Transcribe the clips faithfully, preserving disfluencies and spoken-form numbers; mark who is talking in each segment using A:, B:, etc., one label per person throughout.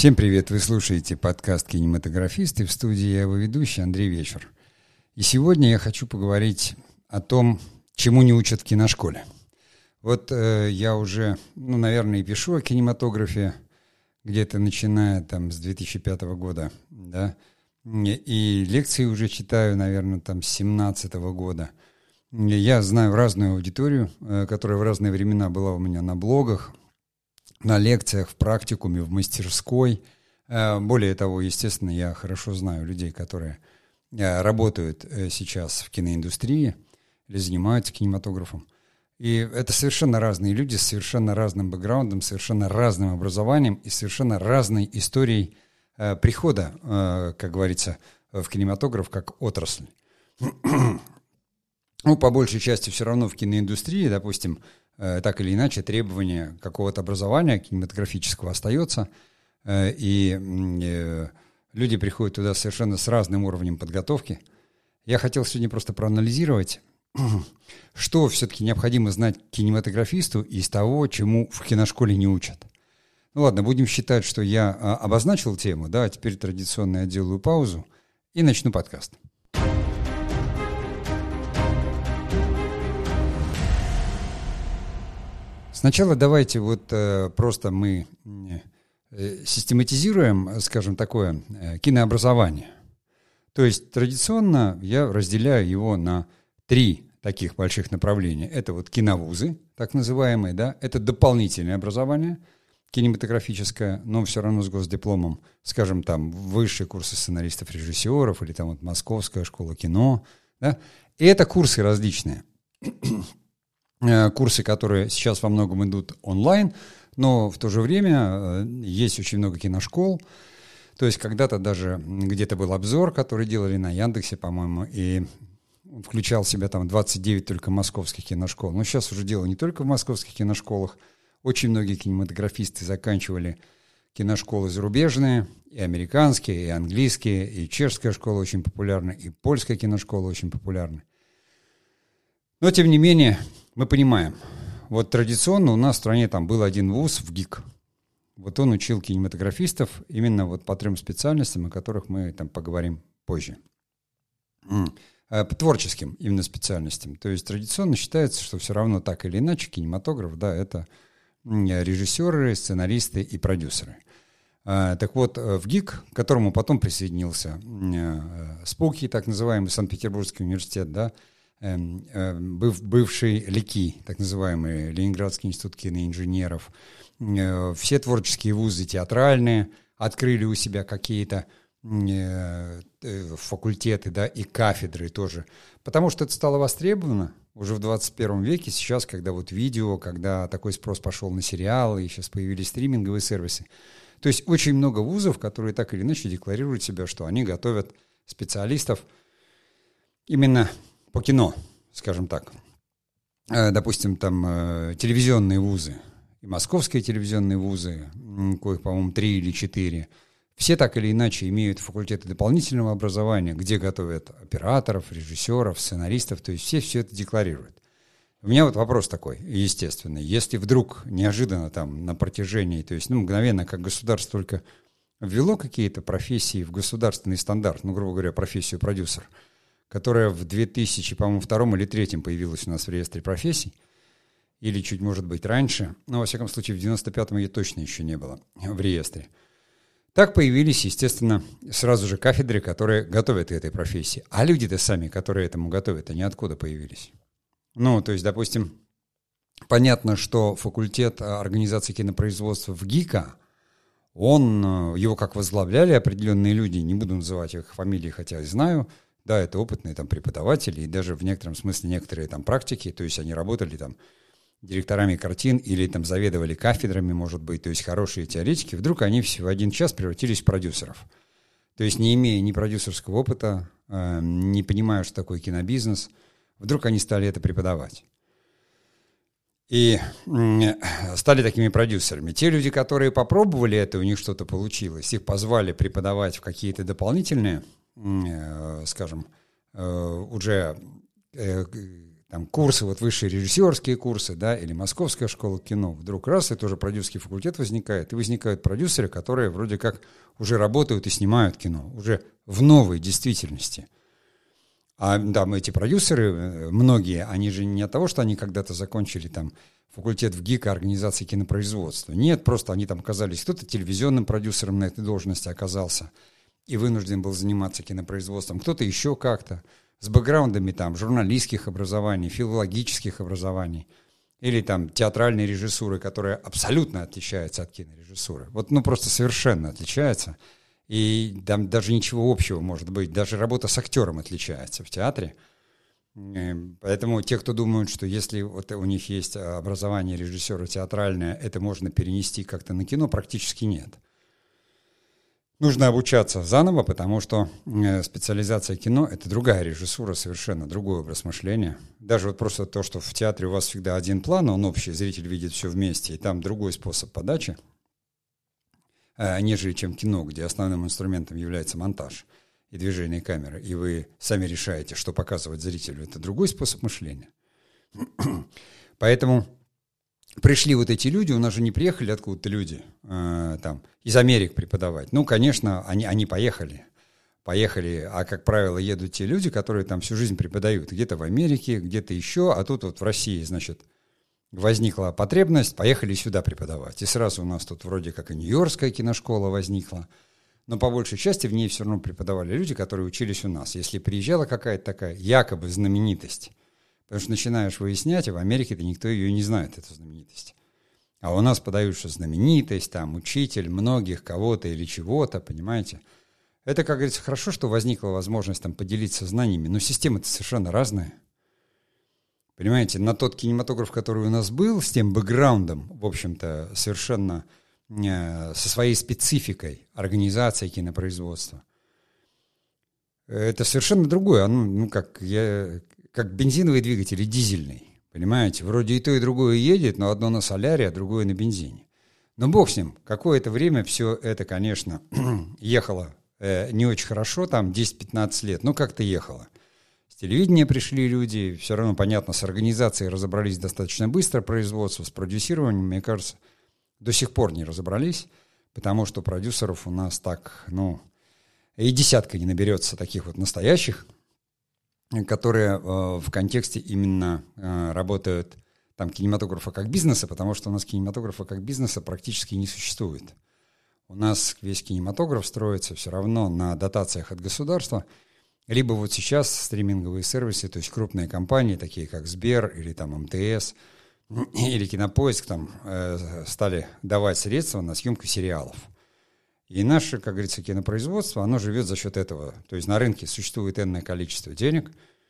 A: Всем привет! Вы слушаете подкаст «Кинематографисты». В студии я его ведущий Андрей Вечер. И сегодня я хочу поговорить о том, чему не учат в киношколе. Вот э, я уже, ну, наверное, и пишу о кинематографе, где-то начиная там с две тысячи пятого года, да, и лекции уже читаю, наверное, там с семнадцатого года. Я знаю разную аудиторию, э, которая в разные времена была у меня на блогах, на лекциях, в практикуме, в мастерской. Более того, естественно, я хорошо знаю людей, которые работают сейчас в киноиндустрии или занимаются кинематографом. И это совершенно разные люди с совершенно разным бэкграундом, совершенно разным образованием и совершенно разной историей прихода, как говорится, в кинематограф как отрасль. Ну, по большей части все равно в киноиндустрии, допустим, так или иначе, требование какого-то образования кинематографического остается, и люди приходят туда совершенно с разным уровнем подготовки. Я хотел сегодня просто проанализировать, что все-таки необходимо знать кинематографисту из того, чему в киношколе не учат. Ну ладно, будем считать, что я обозначил тему, да, а теперь традиционно я делаю паузу и начну подкаст. Сначала давайте вот э, просто мы э, систематизируем, скажем, такое э, кинообразование. То есть традиционно я разделяю его на три таких больших направления. Это вот киновузы, так называемые, да, это дополнительное образование кинематографическое, но все равно с госдипломом, скажем, там высшие курсы сценаристов-режиссеров или там вот Московская школа кино, да, и это курсы различные. Курсы, которые сейчас во многом идут онлайн, но в то же время есть очень много киношкол. То есть когда-то даже где-то был обзор, который делали на Яндексе, по-моему, и включал в себя там двадцать девять только московских киношкол. Но сейчас уже дело не только в московских киношколах. Очень многие кинематографисты заканчивали киношколы зарубежные, и американские, и английские, и чешская школа очень популярна, и польская киношкола очень популярна. Но, тем не менее, мы понимаем, вот традиционно у нас в стране там был один вуз в ГИК. Вот он учил кинематографистов именно вот по трем специальностям, о которых мы там поговорим позже. По творческим именно специальностям. То есть традиционно считается, что все равно так или иначе кинематограф, да, это режиссеры, сценаристы и продюсеры. Так вот, в ГИК, к которому потом присоединился СПУКИ, так называемый Санкт-Петербургский университет, да, бывший ЛИКИ, так называемый Ленинградский институт киноинженеров, все творческие вузы театральные открыли у себя какие-то факультеты, да, и кафедры тоже, потому что это стало востребовано уже в двадцать первом веке, сейчас, когда вот видео, когда такой спрос пошел на сериалы, и сейчас появились стриминговые сервисы. То есть очень много вузов, которые так или иначе декларируют себя, что они готовят специалистов именно по кино, скажем так. Допустим, там телевизионные вузы, и московские телевизионные вузы, коих, по-моему, три или четыре, все так или иначе имеют факультеты дополнительного образования, где готовят операторов, режиссеров, сценаристов, то есть все все это декларируют. У меня вот вопрос такой, естественный. Если вдруг неожиданно там на протяжении, то есть ну, мгновенно, как государство только ввело какие-то профессии в государственный стандарт, ну, грубо говоря, профессию продюсер, которая в две тысячи, по-моему, втором или третьем появилась у нас в реестре профессий, или чуть, может быть, раньше, но, во всяком случае, в девяносто пятом ее точно еще не было в реестре. Так появились, естественно, сразу же кафедры, которые готовят к этой профессии. А люди-то сами, которые этому готовят, они откуда появились? Ну, то есть, допустим, понятно, что факультет организации кинопроизводства в ГИКа, он, его как возглавляли определенные люди, не буду называть их фамилии, хотя и знаю. Да, это опытные там преподаватели, и даже в некотором смысле некоторые там практики, то есть они работали там директорами картин или там заведовали кафедрами, может быть, то есть хорошие теоретики, вдруг они все в один час превратились в продюсеров. То есть не имея ни продюсерского опыта, э, не понимая, что такое кинобизнес, вдруг они стали это преподавать. И э, стали такими продюсерами. Те люди, которые попробовали это, у них что-то получилось, их позвали преподавать в какие-то дополнительные, скажем, уже там курсы, вот высшие режиссерские курсы, да, или Московская школа кино, вдруг раз, и тоже продюсерский факультет возникает, и возникают продюсеры, которые вроде как уже работают и снимают кино, уже в новой действительности. А там эти продюсеры, многие, они же не от того, что они когда-то закончили там факультет в ГИК организации кинопроизводства. Нет, просто они там оказались, кто-то телевизионным продюсером на этой должности оказался и вынужден был заниматься кинопроизводством, кто-то еще как-то, с бэкграундами там журналистских образований, филологических образований или там театральной режиссуры, которая абсолютно отличается от кинорежиссуры. Вот, ну, просто совершенно отличается. И там даже ничего общего может быть. Даже работа с актером отличается в театре. Поэтому те, кто думают, что если вот у них есть образование режиссера театральное, это можно перенести как-то на кино, практически нет. Нужно обучаться заново, потому что специализация кино — это другая режиссура, совершенно другой образ мышления. Даже вот просто то, что в театре у вас всегда один план, он общий, зритель видит все вместе, и там другой способ подачи, нежели чем кино, где основным инструментом является монтаж и движение камеры, и вы сами решаете, что показывать зрителю. Это другой способ мышления. Поэтому пришли вот эти люди, у нас же не приехали откуда-то люди э, там, из Америки преподавать. Ну, конечно, они, они поехали. Поехали, а, как правило, едут те люди, которые там всю жизнь преподают. Где-то в Америке, где-то еще, а тут вот в России, значит, возникла потребность, поехали сюда преподавать. И сразу у нас тут вроде как и Нью-Йоркская киношкола возникла. Но по большей части в ней все равно преподавали люди, которые учились у нас. Если приезжала какая-то такая якобы знаменитость, потому что начинаешь выяснять, и в Америке-то никто ее не знает, эту знаменитость. А у нас подают, что знаменитость, там, учитель многих, кого-то или чего-то, понимаете? Это, как говорится, хорошо, что возникла возможность там поделиться знаниями, но системы-то совершенно разные. Понимаете, на тот кинематограф, который у нас был, с тем бэкграундом, в общем-то, совершенно э, со своей спецификой организации кинопроизводства, это совершенно другое. Ну, ну как я... как бензиновый двигатель и дизельный, понимаете? Вроде и то, и другое едет, но одно на соляре, а другое на бензине. Но бог с ним, какое-то время все это, конечно, ехало э, не очень хорошо, там десять-пятнадцать лет, но как-то ехало. С телевидения пришли люди, все равно, понятно, с организацией разобрались достаточно быстро, производство, с продюсированием, мне кажется, до сих пор не разобрались, потому что продюсеров у нас так, ну, и десятка не наберется таких вот настоящих, которые э, в контексте именно э, работают там кинематографа как бизнеса, потому что у нас кинематографа как бизнеса практически не существует. У нас весь кинематограф строится все равно на дотациях от государства, либо вот сейчас стриминговые сервисы, то есть крупные компании, такие как Сбер или там эм тэ эс или Кинопоиск, там э, стали давать средства на съемку сериалов. И наше, как говорится, кинопроизводство, оно живет за счет этого. То есть на рынке существует энное количество денег,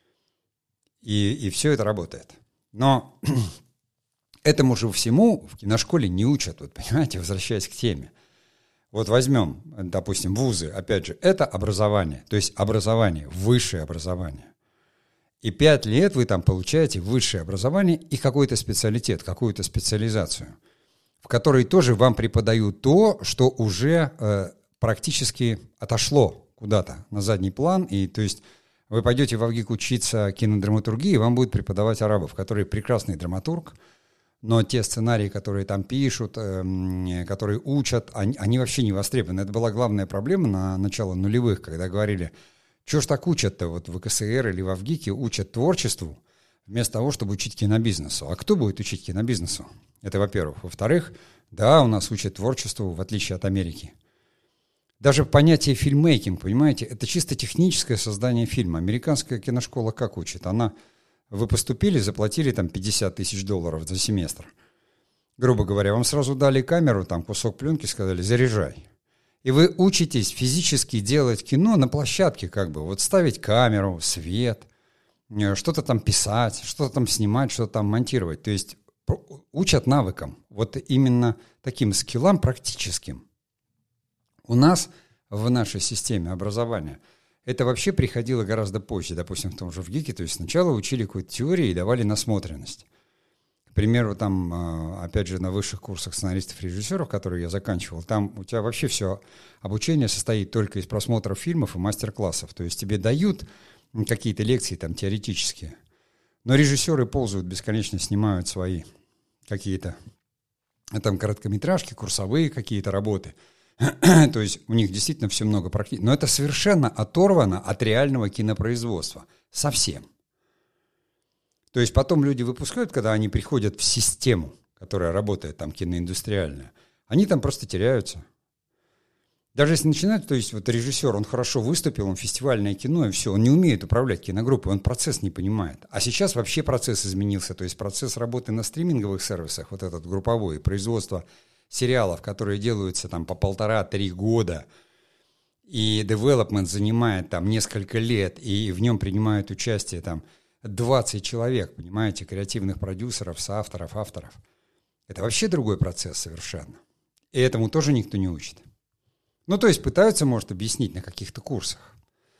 A: и, и все это работает. Но этому же всему в киношколе не учат, вот понимаете, возвращаясь к теме. Вот возьмем, допустим, вузы, опять же, это образование, то есть образование, высшее образование. И пять лет вы там получаете высшее образование и какой-то специалитет, какую-то специализацию, в которой тоже вам преподают то, что уже э, практически отошло куда-то на задний план. И то есть вы пойдете в АВГИК учиться кинодраматургии, вам будет преподавать Арабов, который прекрасный драматург, но те сценарии, которые там пишут, э, которые учат, они, они вообще не востребованы. Это была главная проблема на начало нулевых, когда говорили, что ж так учат-то вот в ВКСР или в АВГИКе, учат творчеству, вместо того, чтобы учить кинобизнесу. А кто будет учить кинобизнесу? Это, во-первых. Во-вторых, да, у нас учат творчеству, в отличие от Америки. Даже понятие фильммейкинг, понимаете, это чисто техническое создание фильма. Американская киношкола как учит? Она, вы поступили, заплатили там пятьдесят тысяч долларов за семестр. Грубо говоря, вам сразу дали камеру, там кусок пленки, сказали, заряжай. И вы учитесь физически делать кино на площадке, как бы, вот ставить камеру, свет, что-то там писать, что-то там снимать, что-то там монтировать. То есть учат навыкам, вот именно таким скиллам практическим. У нас в нашей системе образования это вообще приходило гораздо позже, допустим, в том же ВГИКе, то есть сначала учили какую-то теорию и давали насмотренность. К примеру, там, опять же, на высших курсах сценаристов-режиссеров, которые я заканчивал, там у тебя вообще все обучение состоит только из просмотров фильмов и мастер-классов. То есть тебе дают какие-то лекции там теоретические, Но режиссеры ползают бесконечно, снимают свои какие-то там короткометражки, курсовые какие-то работы. То есть у них действительно все много практики. Но это совершенно оторвано от реального кинопроизводства. Совсем. То есть потом люди выпускают, когда они приходят в систему, которая работает там киноиндустриальная, они там просто теряются. Даже если начинать, то есть вот режиссер, он хорошо выступил, он фестивальное кино, и все, он не умеет управлять киногруппой, он процесс не понимает. А сейчас вообще процесс изменился, то есть процесс работы на стриминговых сервисах, вот этот групповой, производство сериалов, которые делаются там по полтора-три года, и девелопмент занимает там несколько лет, и в нем принимают участие там двадцать человек, понимаете, креативных продюсеров, соавторов, авторов. Это вообще другой процесс совершенно. И этому тоже никто не учит. Ну, то есть пытаются, может, объяснить на каких-то курсах.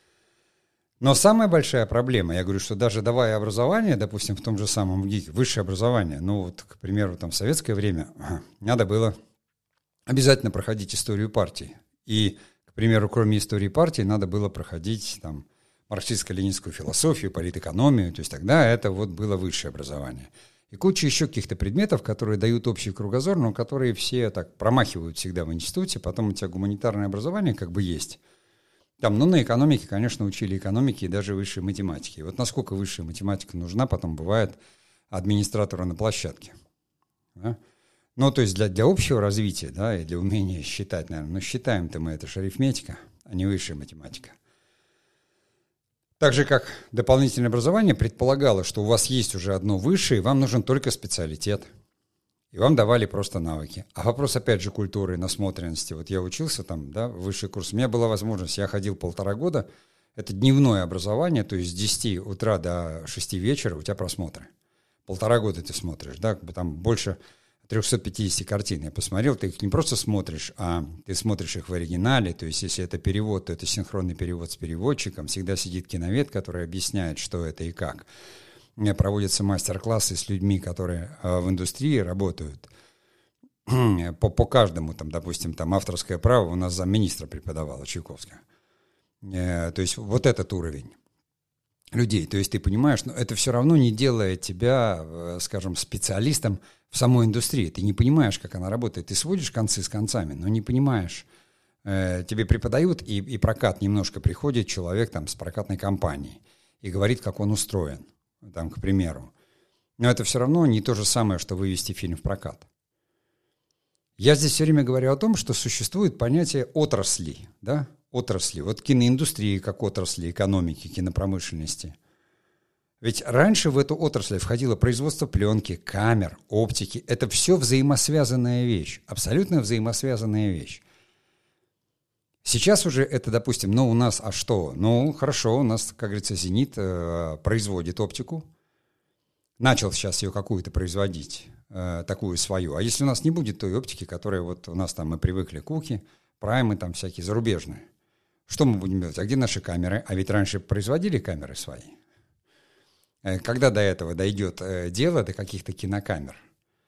A: Но самая большая проблема, я говорю, что даже давая образование, допустим, в том же самом ГИКе, высшее образование, ну, вот, к примеру, там, в советское время надо было обязательно проходить историю партии. И, к примеру, кроме истории партии, надо было проходить, там, марксистско-ленинскую философию, политэкономию, то есть тогда это вот было высшее образование. И куча еще каких-то предметов, которые дают общий кругозор, но которые все так промахивают всегда в институте, потом у тебя гуманитарное образование как бы есть. Там, ну, на экономике, конечно, учили экономики и даже высшей математики. И вот насколько высшая математика нужна, потом бывает администратору на площадке. Да? Ну, то есть для, для общего развития, да, и для умения считать, наверное, но считаем-то мы, это же арифметика, а не высшая математика. Так же, как дополнительное образование предполагало, что у вас есть уже одно высшее, и вам нужен только специалитет. И вам давали просто навыки. А вопрос, опять же, культуры, насмотренности. Вот я учился там, да, высший курс. У меня была возможность, я ходил полтора года. Это дневное образование, то есть с десяти утра до шести вечера у тебя просмотры. Полтора года ты смотришь, да, там больше триста пятьдесят картин. Я посмотрел, ты их не просто смотришь, а ты смотришь их в оригинале. То есть если это перевод, то это синхронный перевод с переводчиком. Всегда сидит киновед, который объясняет, что это и как. У меня проводятся мастер-классы с людьми, которые э, в индустрии работают. по, по каждому, там, допустим, там авторское право у нас замминистра преподавала Чайковская. Э, то есть вот этот уровень людей. То есть ты понимаешь, но это все равно не делает тебя, э, скажем, специалистом в самой индустрии. Ты не понимаешь, как она работает. Ты сводишь концы с концами, но не понимаешь. Э, тебе преподают, и, и прокат немножко приходит человек там с прокатной компанией и говорит, как он устроен, там, к примеру. Но это все равно не то же самое, что вывести фильм в прокат. Я здесь все время говорю о том, что существует понятие отрасли, да, отрасли. Вот киноиндустрии как отрасли экономики, кинопромышленности. Ведь раньше в эту отрасль входило производство пленки, камер, оптики. Это все взаимосвязанная вещь, абсолютно взаимосвязанная вещь. Сейчас уже это, допустим, ну у нас, а что? Ну хорошо, у нас, как говорится, «Зенит» э, производит оптику. Начал сейчас ее какую-то производить, э, такую свою. А если у нас не будет той оптики, которая вот у нас там мы привыкли, куки, праймы там всякие зарубежные, что мы будем делать? А где наши камеры? А ведь раньше производили камеры свои. Э, когда до этого дойдет э, дело, до каких-то кинокамер?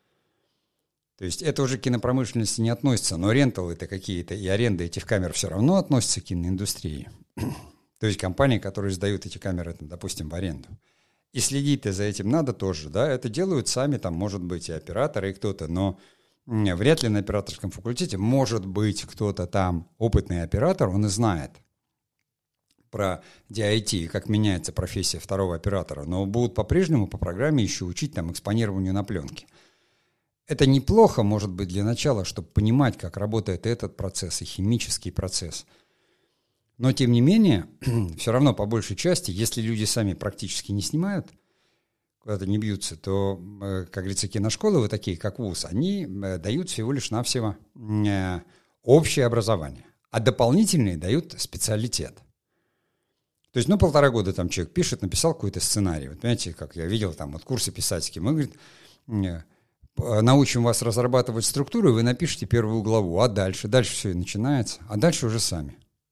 A: То есть это уже к кинопромышленности не относится, но ренталы-то какие-то и аренда этих камер все равно относятся к киноиндустрии. То есть компании, которые сдают эти камеры, допустим, в аренду. И следить-то за этим надо тоже, да, это делают сами, там, может быть, и операторы, и кто-то, но вряд ли на операторском факультете, может быть, кто-то там, опытный оператор, он и знает про ди ай ти, как меняется профессия второго оператора, но будут по-прежнему по программе еще учить там экспонированию на пленке. Это неплохо, может быть, для начала, чтобы понимать, как работает этот процесс и химический процесс. Но, тем не менее, все равно по большей части, если люди сами практически не снимают, куда-то не бьются, то, как говорится, киношколы вот такие, как вуз, они дают всего лишь навсего общее образование, а дополнительные дают специалитет. То есть, ну, полтора года там человек пишет, написал какой-то сценарий. Вот понимаете, как я видел там вот курсы писательские, мы, говорит, научим вас разрабатывать структуру, и вы напишите первую главу, а дальше? Дальше все и начинается, а дальше уже сами.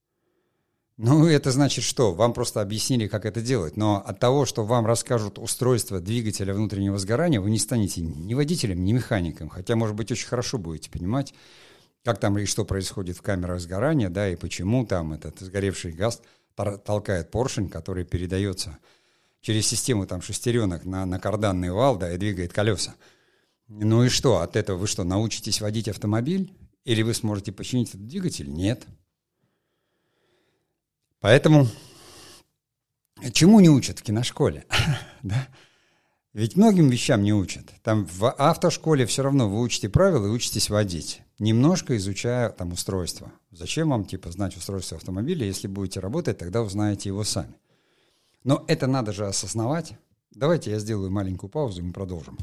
A: Ну, это значит что? Вам просто объяснили, как это делать. Но от того, что вам расскажут устройство двигателя внутреннего сгорания, вы не станете ни водителем, ни механиком. Хотя, может быть, очень хорошо будете понимать, как там и что происходит в камерах сгорания, да, и почему там этот сгоревший газ толкает поршень, который передается через систему там шестеренок на, на карданный вал, да, и двигает колеса. Ну и что, от этого вы что, научитесь водить автомобиль? Или вы сможете починить этот двигатель? Нет. Поэтому чему не учат в киношколе? Да? Ведь многим вещам не учат. Там в автошколе все равно вы учите правила и учитесь водить, немножко изучая там устройство. Зачем вам типа знать устройство автомобиля, если будете работать, тогда узнаете его сами. Но это надо же осознавать. Давайте я сделаю маленькую паузу, и мы продолжим.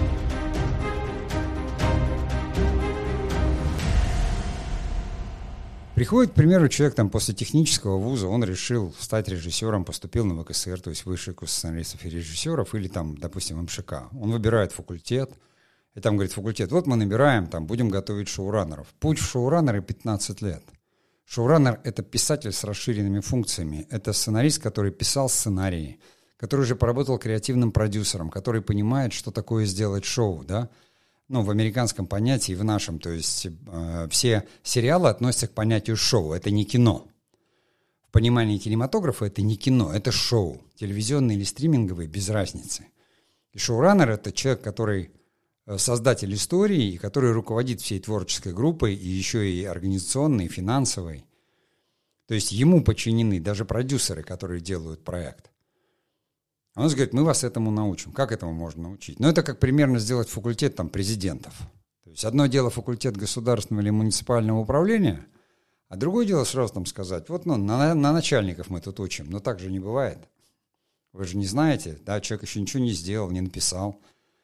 A: Приходит, к примеру, человек там после технического вуза, он решил стать режиссером, поступил на вэ ка эс эр, то есть высший курс сценаристов и режиссеров, или там, допустим, эм ша ка. Он выбирает факультет, и там говорит факультет, вот мы набираем, там будем готовить шоураннеров. Путь в шоураннеры пятнадцать лет. Шоураннер — это писатель с расширенными функциями, это сценарист, который писал сценарии, который уже поработал креативным продюсером, который понимает, что такое сделать шоу, да, ну, в американском понятии и в нашем, то есть э, все сериалы относятся к понятию шоу, это не кино. В понимании кинематографа это не кино, это шоу, телевизионный или стриминговый, без разницы. И шоураннер — это человек, который создатель истории, и который руководит всей творческой группой, и еще и организационной, и финансовой. То есть ему подчинены даже продюсеры, которые делают проект. Он говорит, мы вас этому научим. Как этому можно научить? Ну, это как примерно сделать факультет там, президентов. То есть одно дело факультет государственного или муниципального управления, а другое дело сразу там сказать, вот ну, на, на начальников мы тут учим. Но так же не бывает. Вы же не знаете, да, человек еще ничего не сделал, не написал.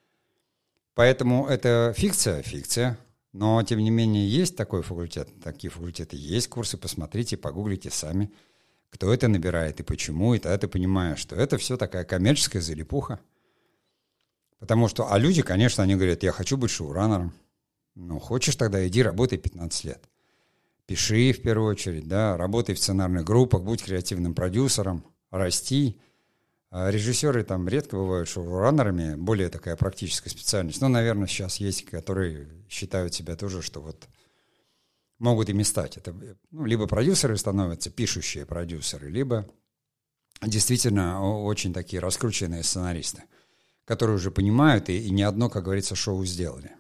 A: Поэтому это фикция, фикция. Но, тем не менее, есть такой факультет, такие факультеты, есть курсы, посмотрите, погуглите сами, кто это набирает и почему, и тогда ты понимаешь, что это все такая коммерческая залипуха. Потому что, а люди, конечно, они говорят, я хочу быть шоураннером. Ну, хочешь, тогда иди работай пятнадцать лет. Пиши в первую очередь, да, работай в сценарных группах, будь креативным продюсером, расти. А режиссеры там редко бывают шоураннерами, более такая практическая специальность. Но, наверное, сейчас есть, которые считают себя тоже, что вот могут ими стать. Это ну, либо продюсеры становятся, пишущие продюсеры, либо действительно очень такие раскрученные сценаристы, которые уже понимают и, и не одно, как говорится, шоу сделали.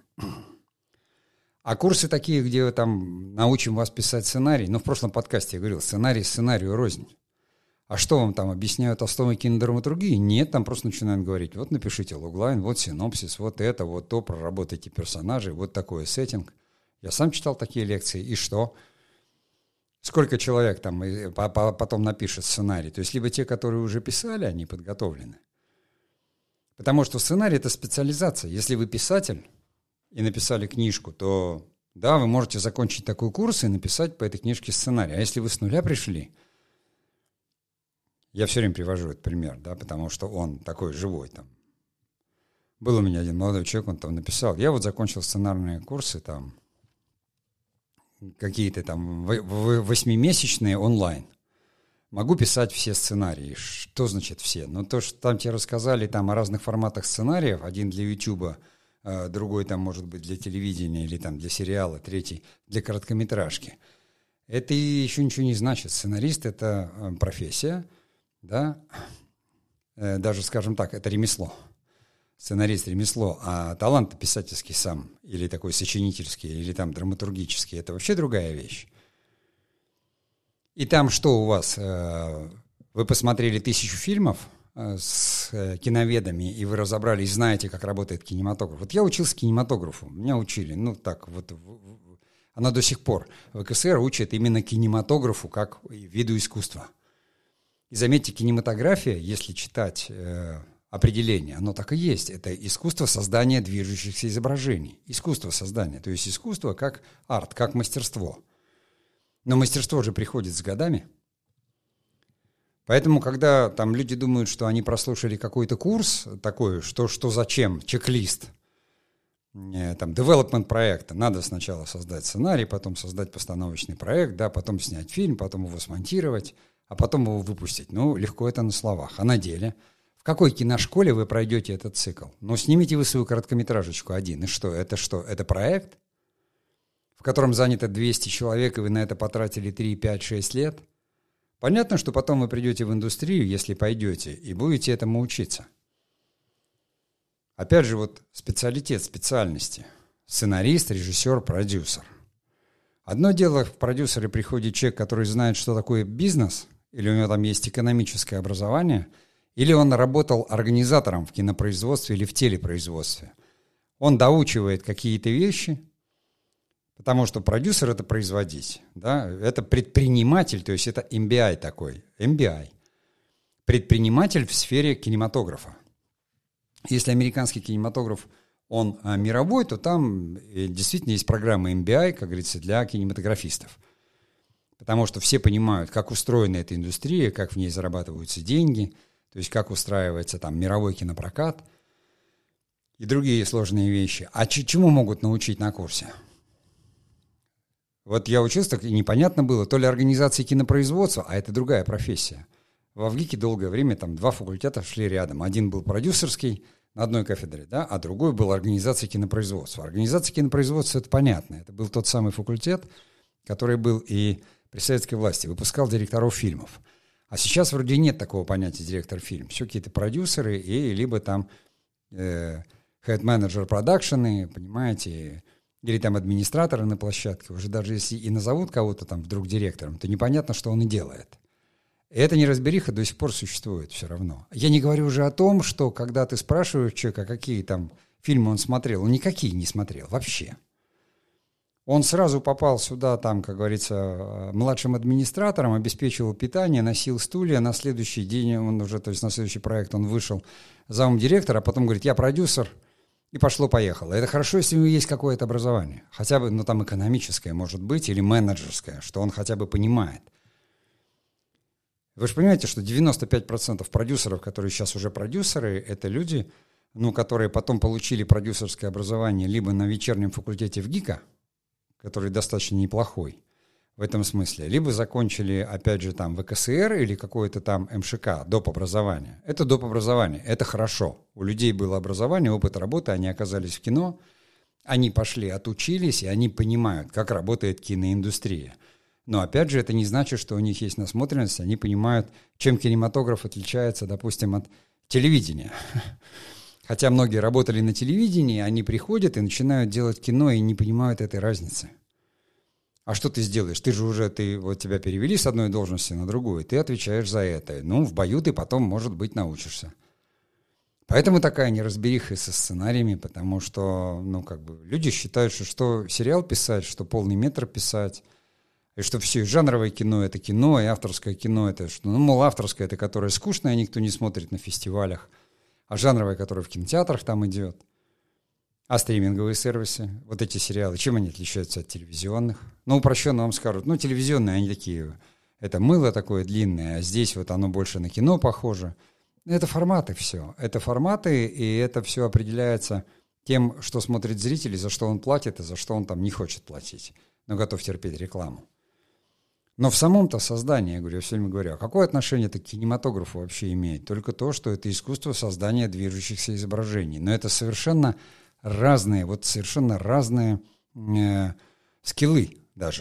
A: А курсы такие, где там научим вас писать сценарий, ну, в прошлом подкасте я говорил, сценарий сценарию рознь. А что вам там объясняют основы кинодраматургии? Нет, там просто начинают говорить, вот напишите логлайн, вот синопсис, вот это, вот то, проработайте персонажей, вот такой сеттинг. Я сам читал такие лекции, и что? Сколько человек там потом напишет сценарий? То есть либо те, которые уже писали, они подготовлены. Потому что сценарий — это специализация. Если вы писатель и написали книжку, то да, вы можете закончить такой курс и написать по этой книжке сценарий. А если вы с нуля пришли, я все время привожу этот пример, да, потому что он такой живой там. Был у меня один молодой человек, он там написал, я вот закончил сценарные курсы там, какие-то там восьмимесячные онлайн. Могу писать все сценарии. Что значит все? Ну, то, что там тебе рассказали там о разных форматах сценариев, один для Ютуба, другой там может быть для телевидения или там для сериала, третий для короткометражки. Это еще ничего не значит. Сценарист — это профессия, да, даже, скажем так, это ремесло. Сценарист — ремесло, а талант писательский сам, или такой сочинительский, или там драматургический, это вообще другая вещь. И там что у вас? Вы посмотрели тысячу фильмов с киноведами, и вы разобрались, знаете, как работает кинематограф. Вот я учился кинематографу, меня учили, ну так вот, она до сих пор в вэ ка эс эр учит именно кинематографу как виду искусства. И заметьте, кинематография, если читать э, определение, оно так и есть. Это искусство создания движущихся изображений. Искусство создания. То есть искусство как арт, как мастерство. Но мастерство же приходит с годами. Поэтому, когда там люди думают, что они прослушали какой-то курс такой, что, что зачем, чек-лист, э, там, development проекта, надо сначала создать сценарий, потом создать постановочный проект, да, потом снять фильм, потом его смонтировать, а потом его выпустить. Ну, легко это на словах. А на деле? В какой киношколе вы пройдете этот цикл? Ну, снимите вы свою короткометражечку один. И что? Это что? Это проект, в котором занято двести человек, и вы на это потратили три, пять, шесть лет? Понятно, что потом вы придете в индустрию, если пойдете, и будете этому учиться. Опять же, вот специалитет специальности. Сценарист, режиссер, продюсер. Одно дело, в продюсеры приходит человек, который знает, что такое бизнес, или у него там есть экономическое образование, или он работал организатором в кинопроизводстве или в телепроизводстве. Он доучивает какие-то вещи, потому что продюсер — это производить, да? Это предприниматель, то есть это эм би ай такой, эм би ай. Предприниматель в сфере кинематографа. Если американский кинематограф, он а, мировой, то там э, действительно есть программа эм би ай, как говорится, для кинематографистов. Потому что все понимают, как устроена эта индустрия, как в ней зарабатываются деньги, то есть как устраивается там мировой кинопрокат и другие сложные вещи. А ч- чему могут научить на курсе? Вот я учился, так и непонятно было, то ли организации кинопроизводства, а это другая профессия. Во ВГИКе долгое время там два факультета шли рядом. Один был продюсерский на одной кафедре, да, а другой был организация кинопроизводства. Организация кинопроизводства — это понятно. Это был тот самый факультет, который был и при советской власти, выпускал директоров фильмов. А сейчас вроде нет такого понятия директор фильм. Все какие-то продюсеры и либо там э, head-manager продакшены, понимаете, или там администраторы на площадке. Уже даже если и назовут кого-то там вдруг директором, то непонятно, что он и делает. И эта неразбериха до сих пор существует все равно. Я не говорю уже о том, что когда ты спрашиваешь человека, какие там фильмы он смотрел, он никакие не смотрел вообще. Он сразу попал сюда, там, как говорится, младшим администратором, обеспечивал питание, носил стулья. На следующий день он уже, то есть на следующий проект он вышел замдиректора, а потом говорит, я продюсер, и пошло-поехало. Это хорошо, если у него есть какое-то образование. Хотя бы, ну там экономическое, может быть, или менеджерское, что он хотя бы понимает. Вы же понимаете, что девяносто пять процентов продюсеров, которые сейчас уже продюсеры, это люди, ну, которые потом получили продюсерское образование либо на вечернем факультете ВГИКа, который достаточно неплохой в этом смысле, либо закончили, опять же, там, вэ ка эс эр или какое-то там эм ша ка, доп. Образование. Это доп. Образование, это хорошо. У людей было образование, опыт работы, они оказались в кино, они пошли, отучились, и они понимают, как работает киноиндустрия. Но, опять же, это не значит, что у них есть насмотренность, они понимают, чем кинематограф отличается, допустим, от телевидения. Хотя многие работали на телевидении, они приходят и начинают делать кино и не понимают этой разницы. А что ты сделаешь? Ты же уже, ты, вот тебя перевели с одной должности на другую, ты отвечаешь за это. Ну, в бою ты потом, может быть, научишься. Поэтому такая неразбериха со сценариями, потому что, ну, как бы, люди считают, что, что сериал писать, что полный метр писать, и что все, жанровое кино — это кино, и авторское кино — это что? Ну, мол, авторское — это которое скучное, никто не смотрит на фестивалях, а жанровое, которое в кинотеатрах там идет. А стриминговые сервисы, вот эти сериалы, чем они отличаются от телевизионных? Ну, упрощенно вам скажут, ну, телевизионные, они такие, это мыло такое длинное, а здесь вот оно больше на кино похоже. Это форматы все, это форматы, и это все определяется тем, что смотрит зритель, за что он платит, и за что он там не хочет платить, но готов терпеть рекламу. Но в самом-то создании, я говорю, я все время говорю, а какое отношение это к кинематографу вообще имеет? Только то, что это искусство создания движущихся изображений. Но это совершенно разные, вот совершенно разные э, скиллы даже.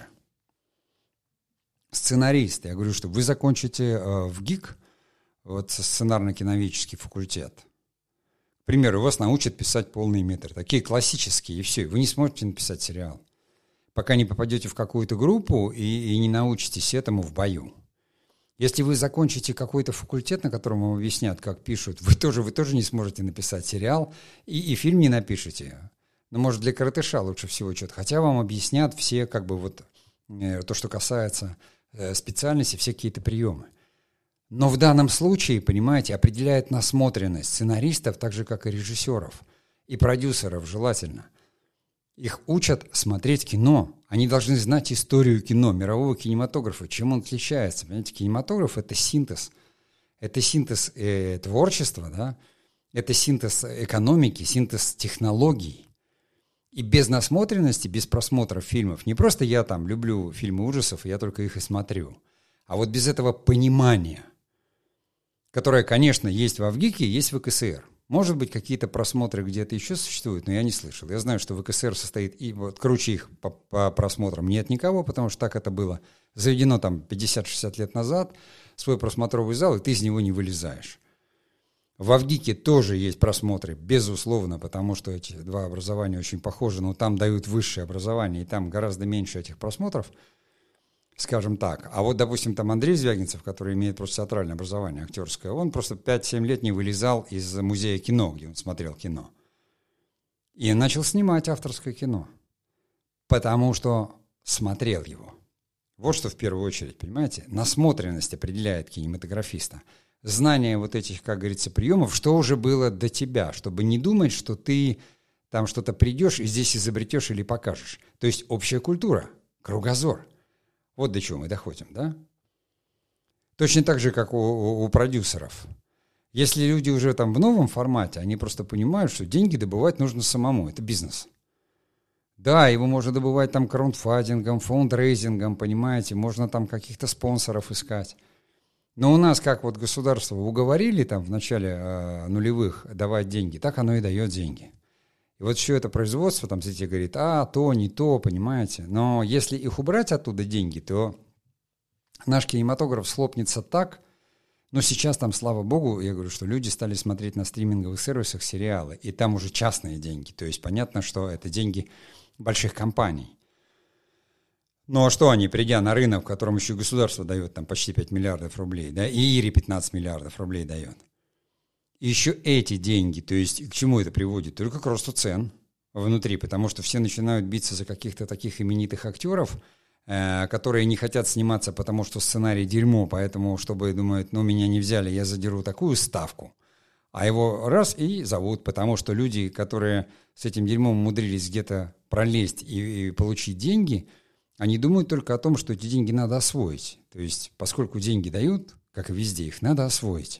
A: Сценарист, я говорю, что вы закончите э, в ГИК, вот сценарно-киноведческий факультет. К примеру, вас научат писать полные метры, такие классические, и все, вы не сможете написать сериал, пока не попадете в какую-то группу и, и не научитесь этому в бою. Если вы закончите какой-то факультет, на котором вам объяснят, как пишут, вы тоже, вы тоже не сможете написать сериал и, и фильм не напишете. Ну, может, для коротыша лучше всего что-то. Хотя вам объяснят все, как бы вот э, то, что касается э, специальности, все какие-то приемы. Но в данном случае, понимаете, определяет насмотренность сценаристов, так же, как и режиссеров, и продюсеров желательно. Их учат смотреть кино. Они должны знать историю кино, мирового кинематографа, чем он отличается. Понимаете, кинематограф — это синтез. Это синтез э, творчества, да? Это синтез экономики, синтез технологий. И без насмотренности, без просмотра фильмов, не просто я там люблю фильмы ужасов, и я только их и смотрю, а вот без этого понимания, которое, конечно, есть во ВГИКе, есть в вэ ка эс эр. Может быть, какие-то просмотры где-то еще существуют, но я не слышал. Я знаю, что вэ ка эс эр состоит, и вот круче их по, по просмотрам нет никого, потому что так это было заведено там пятьдесят-шестьдесят лет назад, свой просмотровый зал, и ты из него не вылезаешь. В Авгике тоже есть просмотры, безусловно, потому что эти два образования очень похожи, но там дают высшее образование, и там гораздо меньше этих просмотров, скажем так. А вот, допустим, там Андрей Звягинцев, который имеет просто театральное образование, актерское, он просто пять-семь лет не вылезал из музея кино, где он смотрел кино. И начал снимать авторское кино, потому что смотрел его. Вот что в первую очередь, понимаете? Насмотренность определяет кинематографиста. Знание вот этих, как говорится, приемов, что уже было до тебя, чтобы не думать, что ты там что-то придешь и здесь изобретешь или покажешь. То есть общая культура, кругозор. Вот до чего мы доходим, да? Точно так же, как у, у, у продюсеров. Если люди уже там в новом формате, они просто понимают, что деньги добывать нужно самому, это бизнес. Да, его можно добывать там краундфандингом, фондрейзингом, понимаете, можно там каких-то спонсоров искать. Но у нас, как вот государство уговорили там в начале э, нулевых давать деньги, так оно и дает деньги. И вот все это производство, там, смотрите, говорит, а, то, не то, понимаете. Но если их убрать оттуда деньги, то наш кинематограф слопнется так. Но сейчас там, слава богу, я говорю, что люди стали смотреть на стриминговых сервисах сериалы, и там уже частные деньги. То есть понятно, что это деньги больших компаний. Ну а что они, придя на рынок, в котором еще государство дает там почти пять миллиардов рублей, да, и Ири пятнадцать миллиардов рублей дает. И еще эти деньги, то есть к чему это приводит? Только к росту цен внутри, потому что все начинают биться за каких-то таких именитых актеров, э, которые не хотят сниматься, потому что сценарий дерьмо, поэтому, чтобы, думают, ну меня не взяли, я задеру такую ставку. А его раз и зовут, потому что люди, которые с этим дерьмом умудрились где-то пролезть и, и получить деньги, они думают только о том, что эти деньги надо освоить. То есть, поскольку деньги дают, как и везде, их надо освоить.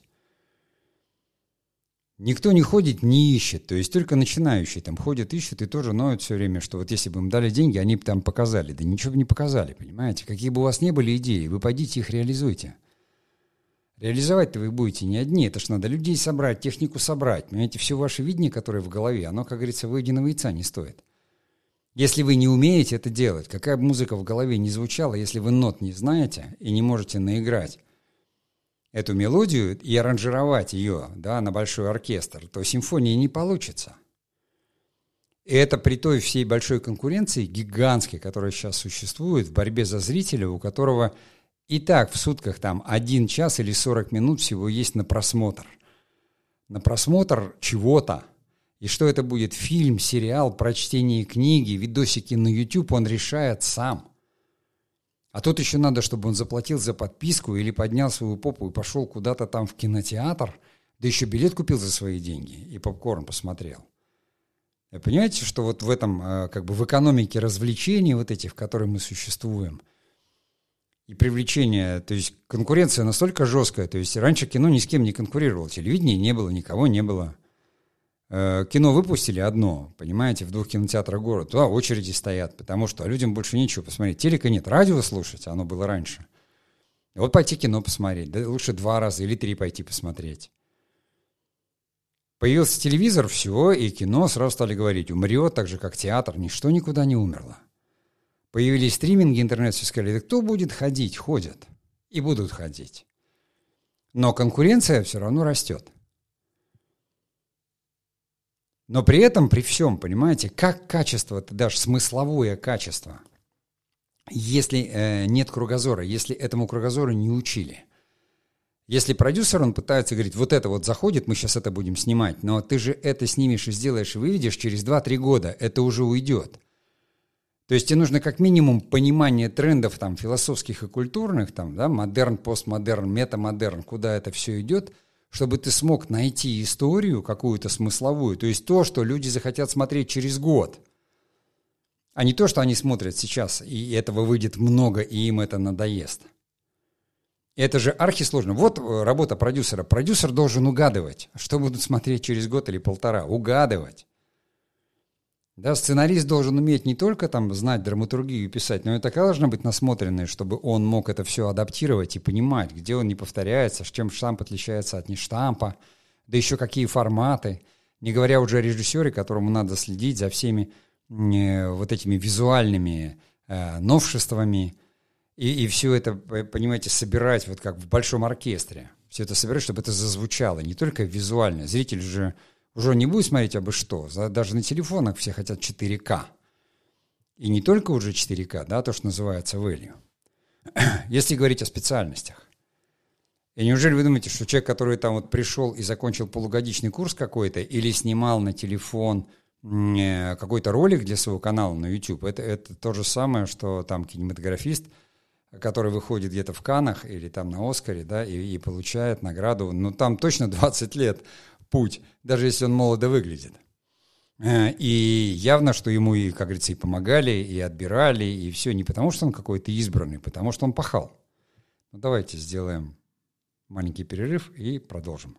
A: Никто не ходит, не ищет. То есть, только начинающие там ходят, ищут и тоже ноют все время, что вот если бы им дали деньги, они бы там показали. Да ничего бы не показали, понимаете? Какие бы у вас ни были идеи, вы пойдите их реализуйте. Реализовать-то вы будете не одни. Это ж надо людей собрать, технику собрать. Понимаете, все ваше видение, которое в голове, оно, как говорится, выеденного яйца не стоит. Если вы не умеете это делать, какая бы музыка в голове ни звучала, если вы нот не знаете и не можете наиграть эту мелодию и аранжировать ее, да, на большой оркестр, то симфонии не получится. И это при той всей большой конкуренции, гигантской, которая сейчас существует в борьбе за зрителя, у которого и так в сутках там один час или сорок минут всего есть на просмотр. На просмотр чего-то. И что это будет? Фильм, сериал, прочтение книги, видосики на YouTube, он решает сам. А тут еще надо, чтобы он заплатил за подписку или поднял свою попу и пошел куда-то там в кинотеатр, да еще билет купил за свои деньги и попкорн посмотрел. Вы понимаете, что вот в этом, как бы в экономике развлечений вот этих, в которой мы существуем, и привлечение, то есть конкуренция настолько жесткая, то есть раньше кино ни с кем не конкурировало, телевидения не было, никого не было. Кино выпустили одно, понимаете, в двух кинотеатрах города, туда очереди стоят, потому что людям больше нечего посмотреть. Телека нет, радио слушать, оно было раньше. И вот пойти кино посмотреть, да лучше два раза или три пойти посмотреть. Появился телевизор, все, и кино сразу стали говорить, умрет, так же как театр, ничто никуда не умерло. Появились стриминги, интернет, все сказали, да кто будет ходить, ходят, и будут ходить. Но конкуренция все равно растет. Но при этом, при всем, понимаете, как качество, ты дашь смысловое качество, если э, нет кругозора, если этому кругозору не учили. Если продюсер, он пытается говорить, вот это вот заходит, мы сейчас это будем снимать, но ты же это снимешь и сделаешь, и выведешь через два-три года, это уже уйдет. То есть тебе нужно как минимум понимание трендов там, философских и культурных, там, да, модерн, постмодерн, метамодерн, куда это все идет, чтобы ты смог найти историю какую-то смысловую, то есть то, что люди захотят смотреть через год, а не то, что они смотрят сейчас, и этого выйдет много, и им это надоест. Это же архисложно. Вот работа продюсера. Продюсер должен угадывать, что будут смотреть через год или полтора. Угадывать. Да, сценарист должен уметь не только там знать драматургию и писать, но и такая должна быть насмотренная, чтобы он мог это все адаптировать и понимать, где он не повторяется, с чем штамп отличается от нештампа, да еще какие форматы. Не говоря уже о режиссере, которому надо следить за всеми э, вот этими визуальными э, новшествами И, и все это, понимаете, собирать вот как в большом оркестре. Все это собирать, чтобы это зазвучало, не только визуально. Зритель же уже не будет смотреть абы что. Даже на телефонах все хотят четыре ка. И не только уже четыре ка, да, то, что называется value. Если говорить о специальностях. И неужели вы думаете, что человек, который там вот пришел и закончил полугодичный курс какой-то или снимал на телефон какой-то ролик для своего канала на YouTube, это, это то же самое, что там кинематографист, который выходит где-то в Каннах или там на Оскаре, да, и, и получает награду, ну там точно двадцать лет путь, даже если он молодо выглядит. И явно, что ему, и, как говорится, и помогали, и отбирали, и все не потому, что он какой-то избранный, потому что он пахал. Ну, давайте сделаем маленький перерыв и продолжим.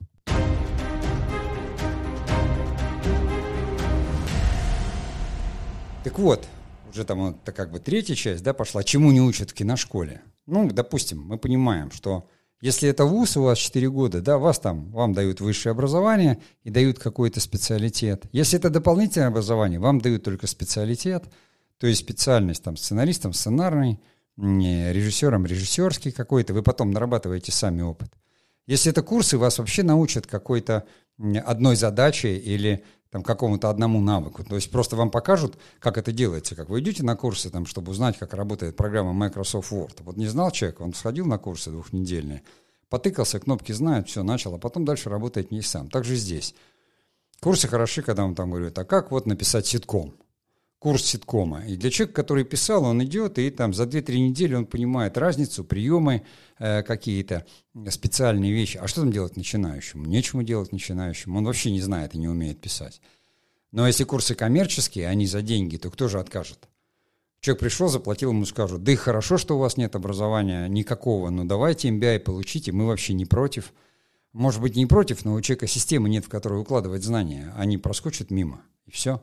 A: Так вот, уже там вот, как бы третья часть, да, пошла. Чему не учат в киношколе? Ну, допустим, мы понимаем, что если это вуз у вас четыре года, да, вас там, вам дают высшее образование и дают какой-то специалитет. Если это дополнительное образование, вам дают только специалитет, то есть специальность там сценаристом сценарный, режиссером режиссерский какой-то, вы потом нарабатываете сами опыт. Если это курсы, вас вообще научат какой-то одной задаче или там какому-то одному навыку. То есть просто вам покажут, как это делается. Как вы идете на курсы, там, чтобы узнать, как работает программа Microsoft Word. Вот не знал человек, он сходил на курсы двухнедельные, потыкался, кнопки знает, все, начал, а потом дальше работает не сам. Так же здесь. Курсы хороши, когда вам там говорят, а как вот написать ситком? Курс ситкома. И для человека, который писал, он идет, и там за две-три недели он понимает разницу, приемы э, какие-то, специальные вещи. А что там делать начинающему? Нечему делать начинающему. Он вообще не знает и не умеет писать. Но если курсы коммерческие, они за деньги, то кто же откажет? Человек пришел, заплатил, ему скажут, да и хорошо, что у вас нет образования никакого, но давайте эм би ай получите, мы вообще не против. Может быть, не против, но у человека системы нет, в которую укладывать знания. Они проскочат мимо, и все.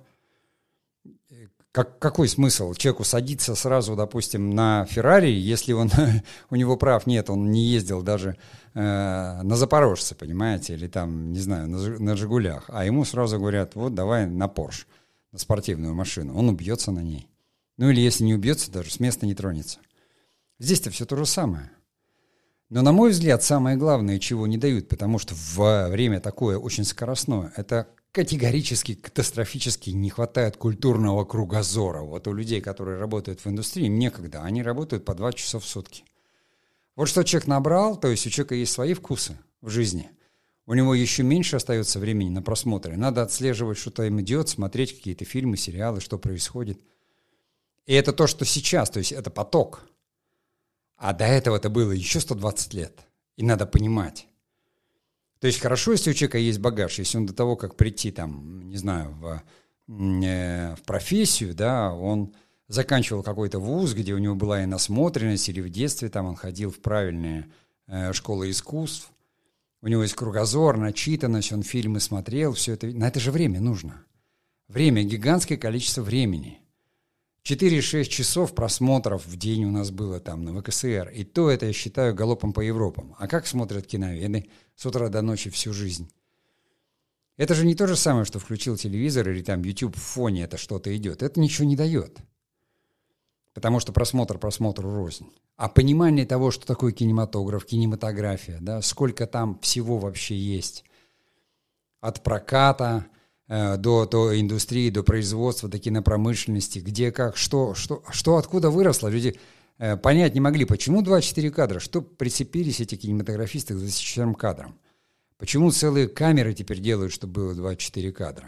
A: Как, какой смысл человеку садиться сразу, допустим, на Феррари, если он, у него прав нет, он не ездил даже э, на Запорожце, понимаете, или там, не знаю, на, на Жигулях, а ему сразу говорят, вот давай на Порш, на спортивную машину, он убьется на ней. Ну или если не убьется, даже с места не тронется. Здесь-то все то же самое. Но, на мой взгляд, самое главное, чего не дают, потому что в время такое очень скоростное, это категорически, катастрофически не хватает культурного кругозора. Вот у людей, которые работают в индустрии, им некогда. Они работают по два часа в сутки. Вот что человек набрал, то есть у человека есть свои вкусы в жизни. У него еще меньше остается времени на просмотры. Надо отслеживать, что там идет, смотреть какие-то фильмы, сериалы, что происходит. И это то, что сейчас, то есть это поток. А до этого это было еще сто двадцать лет. И надо понимать. То есть хорошо, если у человека есть багаж, если он до того, как прийти там, не знаю, в, э, в профессию, да, он заканчивал какой-то вуз, где у него была и насмотренность, или в детстве там он ходил в правильные э, школы искусств, у него есть кругозор, начитанность, он фильмы смотрел, все это. На это же время нужно. Время, гигантское количество времени. четыре-шесть часов просмотров в день у нас было там на вэ ка эс эр. И то это я считаю галопом по Европам. А как смотрят киноведы с утра до ночи всю жизнь? Это же не то же самое, что включил телевизор или там YouTube в фоне это что-то идет. Это ничего не дает. Потому что просмотр просмотру рознь. А понимание того, что такое кинематограф, кинематография, да, сколько там всего вообще есть. От проката э, до, до индустрии, до производства, до кинопромышленности, где как, что, что, что откуда выросло. Люди э, понять не могли, почему двадцать четыре кадра, что прицепились эти кинематографисты к двадцати четырем кадрам. Почему целые камеры теперь делают, чтобы было двадцать четыре кадра?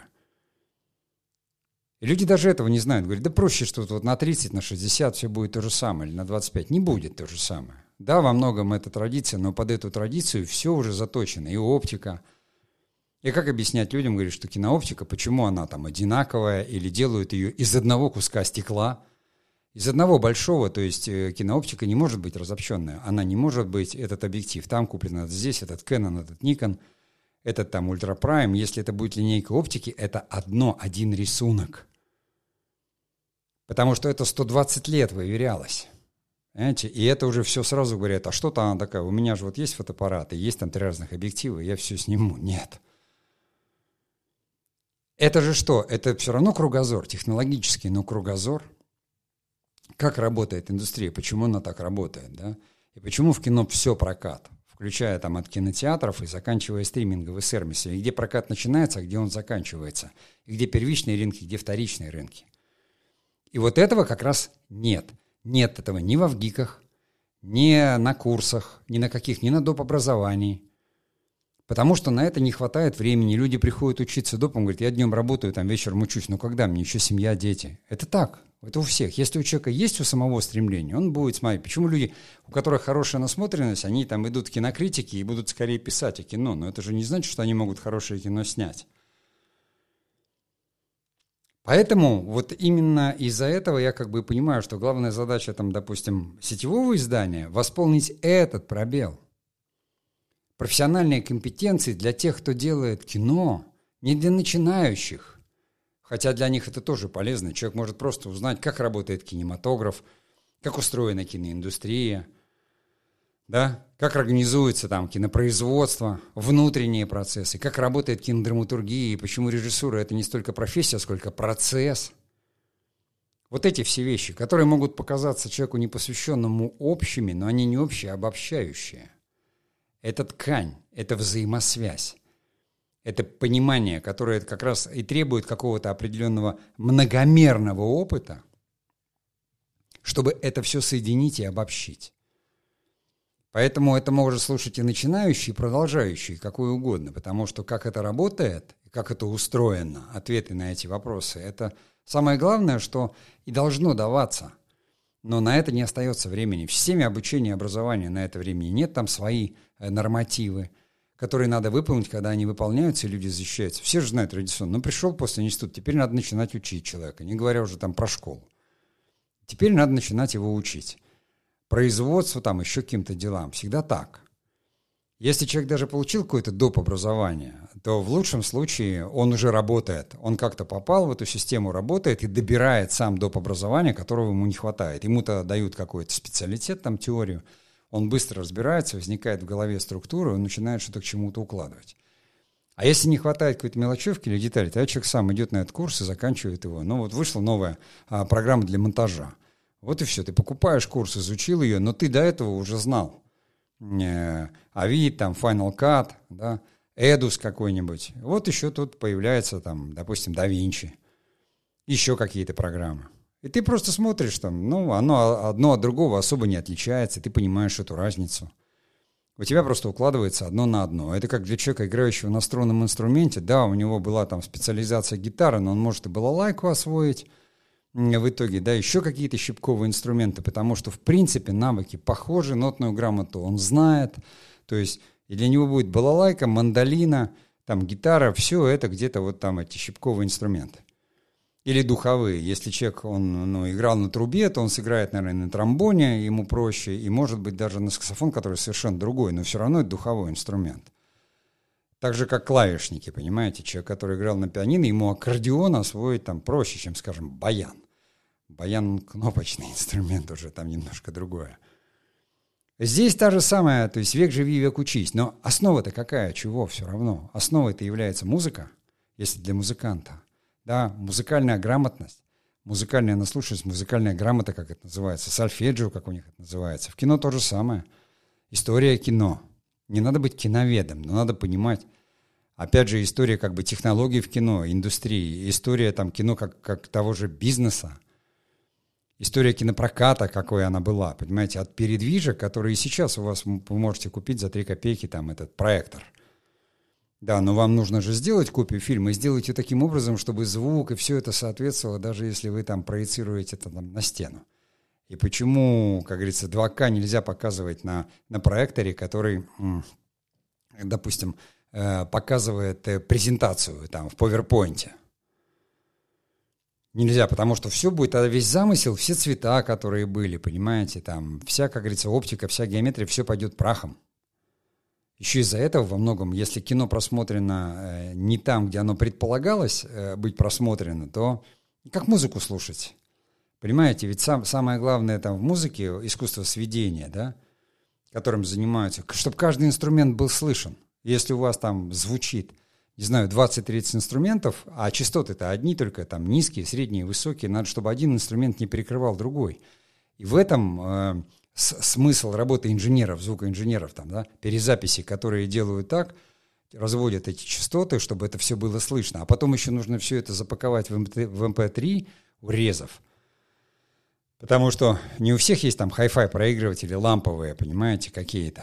A: И люди даже этого не знают. Говорят, да проще, что вот на тридцать, на шестьдесят все будет то же самое, или на двадцать пять. Не будет то же самое. Да, во многом это традиция, но под эту традицию все уже заточено. И оптика. И как объяснять людям, говорят, что кинооптика, почему она там одинаковая, или делают ее из одного куска стекла, из одного большого, то есть кинооптика не может быть разобщенная. Она не может быть, этот объектив там куплен, этот здесь, этот Canon, этот Nikon, этот там Ultra Prime. Если это будет линейка оптики, это одно, один рисунок. Потому что это сто двадцать лет выверялось. Понимаете? И это уже все сразу говорят, а что-то она такая, у меня же вот есть фотоаппарат, и есть там три разных объектива, я все сниму. Нет. Это же что? Это все равно кругозор, технологический, но кругозор, как работает индустрия, почему она так работает, да? И почему в кино все прокат, включая там от кинотеатров и заканчивая стриминговые сервисы, и где прокат начинается, а где он заканчивается, и где первичные рынки, где вторичные рынки. И вот этого как раз нет. Нет этого ни во ВГИКах, ни на курсах, ни на каких, ни на доп. Образовании. Потому что на это не хватает времени. Люди приходят учиться допом, говорят, я днем работаю, там вечером учусь. Ну когда? Мне еще семья, дети. Это так. Это у всех. Если у человека есть у самого стремление, он будет смотреть. Почему люди, у которых хорошая насмотренность, они там идут в кинокритики и будут скорее писать о кино. Но это же не значит, что они могут хорошее кино снять. Поэтому вот именно из-за этого я как бы понимаю, что главная задача, там, допустим, сетевого издания – восполнить этот пробел. Профессиональные компетенции для тех, кто делает кино, не для начинающих. Хотя для них это тоже полезно. Человек может просто узнать, как работает кинематограф, как устроена киноиндустрия, да? Как организуется там кинопроизводство, внутренние процессы, как работает кинодраматургия, и почему режиссура – это не столько профессия, сколько процесс. Вот эти все вещи, которые могут показаться человеку непосвященному общими, но они не общие, а обобщающие. Это ткань, это взаимосвязь, это понимание, которое как раз и требует какого-то определенного многомерного опыта, чтобы это все соединить и обобщить. Поэтому это может слушать и начинающие, и продолжающие, какой угодно, потому что как это работает, как это устроено, ответы на эти вопросы, это самое главное, что и должно даваться. Но на это не остается времени. В системе обучения и образования на это времени нет, там свои нормативы, которые надо выполнить, когда они выполняются, и люди защищаются. Все же знают традиционно. Ну, пришел после института, теперь надо начинать учить человека, не говоря уже там про школу. Теперь надо начинать его учить. Производству, там, еще каким-то делам. Всегда так. Если человек даже получил какое-то доп. Образование, то в лучшем случае он уже работает. Он как-то попал в эту систему, работает и добирает сам доп. Образования, которого ему не хватает. Ему-то дают какой-то специалитет, там, теорию. Он быстро разбирается, возникает в голове структура, он начинает что-то к чему-то укладывать. А если не хватает какой-то мелочевки или детали, то человек сам идет на этот курс и заканчивает его. Ну вот вышла новая а, программа для монтажа. Вот и все. Ты покупаешь курс, изучил ее, но ты до этого уже знал. Avid, там, Final Cut, да, Edus какой-нибудь. Вот еще тут появляется, там, допустим, DaVinci. Еще какие-то программы. И ты просто смотришь, там, ну, оно одно от другого особо не отличается, ты понимаешь эту разницу. У тебя просто укладывается одно на одно. Это как для человека, играющего на струнном инструменте. Да, у него была там специализация гитары, но он может и балалайку освоить в итоге, да, еще какие-то щипковые инструменты, потому что, в принципе, навыки похожи, нотную грамоту он знает, то есть и для него будет балалайка, мандолина, там, гитара, все это где-то вот там эти щипковые инструменты. Или духовые. Если человек, он, ну, играл на трубе, то он сыграет, наверное, на тромбоне, ему проще, и, может быть, даже на саксофон, который совершенно другой, но все равно это духовой инструмент. Так же, как клавишники, понимаете, человек, который играл на пианино, ему аккордеон освоить там проще, чем, скажем, баян. Баян — кнопочный инструмент уже, там немножко другое. Здесь та же самая, то есть век живи, век учись. Но основа-то какая, чего все равно? Основой-то является музыка, если для музыканта. Да, музыкальная грамотность, музыкальная наслушанность, музыкальная грамота, как это называется, сольфеджио, как у них это называется. В кино то же самое. История кино. Не надо быть киноведом, но надо понимать. Опять же, история как бы технологий в кино, индустрии, история там кино как, как того же бизнеса, история кинопроката, какой она была, понимаете, от передвижек, которые и сейчас у вас вы можете купить за три копейки там этот проектор. Да, но вам нужно же сделать копию фильма и сделать ее таким образом, чтобы звук и все это соответствовало, даже если вы там проецируете это там на стену. И почему, как говорится, два ка нельзя показывать на, на проекторе, который, допустим, показывает презентацию там в PowerPoint. Нельзя, потому что все будет, а весь замысел, все цвета, которые были, понимаете, там вся, как говорится, оптика, вся геометрия, все пойдет прахом. Еще из-за этого во многом, если кино просмотрено не там, где оно предполагалось быть просмотрено, то как музыку слушать? Понимаете, ведь сам, самое главное там в музыке искусство сведения, да, которым занимаются, чтобы каждый инструмент был слышен. Если у вас там звучит, не знаю, двадцать-тридцать инструментов, а частоты-то одни только, там низкие, средние, высокие, надо, чтобы один инструмент не перекрывал другой. И в этом э, с- смысл работы инженеров, звукоинженеров, там, да, перезаписи, которые делают так, разводят эти частоты, чтобы это все было слышно. А потом еще нужно все это запаковать в эм пэ три, урезав. Потому что не у всех есть там хай-фай проигрыватели ламповые, понимаете, какие-то.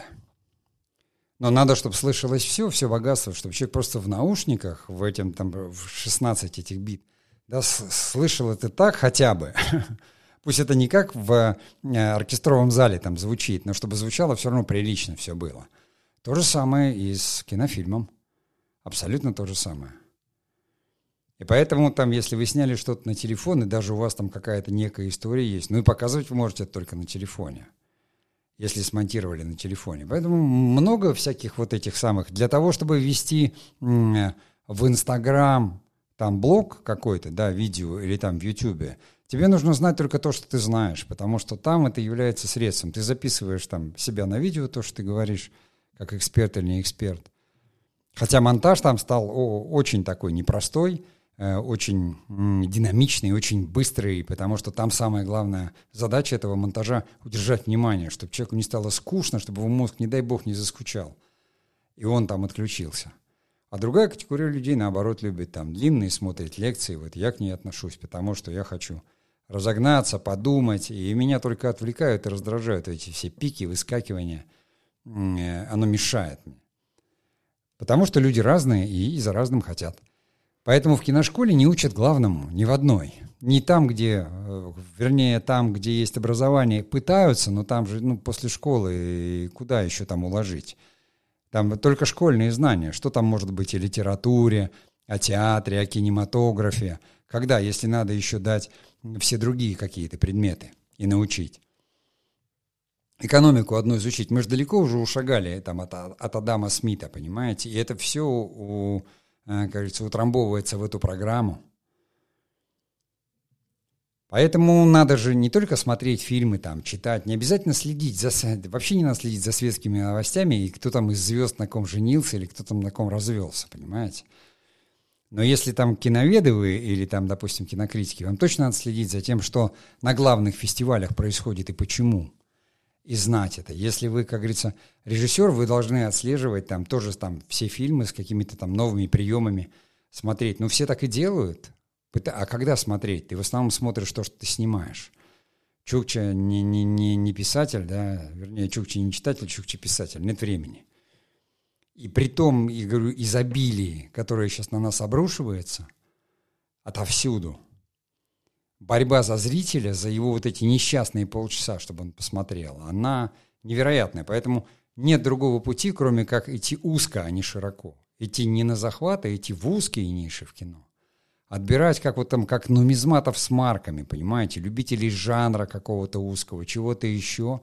A: Но надо, чтобы слышалось все, все богатство, чтобы человек просто в наушниках, в этом там в шестнадцать этих бит, да, слышал это так хотя бы. Пусть это не как в оркестровом зале там звучит, но чтобы звучало все равно прилично все было. То же самое и с кинофильмом. Абсолютно то же самое. И поэтому там, если вы сняли что-то на телефон, и даже у вас там какая-то некая история есть, ну и показывать вы можете это только на телефоне, если смонтировали на телефоне. Поэтому много всяких вот этих самых. Для того, чтобы ввести м- в Инстаграм там блог какой-то, да, видео или там в Ютубе, тебе нужно знать только то, что ты знаешь, потому что там это является средством. Ты записываешь там себя на видео, то, что ты говоришь, как эксперт или не эксперт. Хотя монтаж там стал о, очень такой непростой, э, очень м, динамичный, очень быстрый, потому что там самая главная задача этого монтажа — удержать внимание, чтобы человеку не стало скучно, чтобы его мозг, не дай бог, не заскучал. И он там отключился. А другая категория людей, наоборот, любит там длинные, смотрят лекции. Вот я к ней отношусь, потому что я хочу разогнаться, подумать, и меня только отвлекают и раздражают эти все пики, выскакивания. Оно мешает мне. Потому что люди разные и за разным хотят. Поэтому в киношколе не учат главному, ни в одной. Не там, где, вернее, там, где есть образование, пытаются, но там же, ну, после школы, куда еще там уложить? Там только школьные знания. Что там может быть о литературе, о театре, о кинематографе? Когда, если надо еще дать все другие какие-то предметы и научить? Экономику одну изучить. Мы же далеко уже ушагали там, от, от Адама Смита, понимаете? И это все, у, как говорится, утрамбовывается в эту программу. Поэтому надо же не только смотреть фильмы, там, читать, не обязательно следить за... Вообще не надо следить за светскими новостями, и кто там из звезд на ком женился, или кто там на ком развелся, понимаете? Но если там киноведы вы, или там, допустим, кинокритики, вам точно надо следить за тем, что на главных фестивалях происходит и почему. И знать это. Если вы, как говорится, режиссер, вы должны отслеживать там тоже там все фильмы с какими-то там новыми приемами, смотреть. Ну, все так и делают. А когда смотреть? Ты в основном смотришь то, что ты снимаешь. Чукча не, не, не, не писатель, да, вернее, Чукча не читатель, Чукча писатель. Нет времени. И при том, я говорю, изобилии, которое сейчас на нас обрушивается отовсюду, борьба за зрителя, за его вот эти несчастные полчаса, чтобы он посмотрел, она невероятная. Поэтому нет другого пути, кроме как идти узко, а не широко. Идти не на захват, а идти в узкие ниши в кино. Отбирать, как вот там, как нумизматов с марками, понимаете, любителей жанра какого-то узкого, чего-то еще.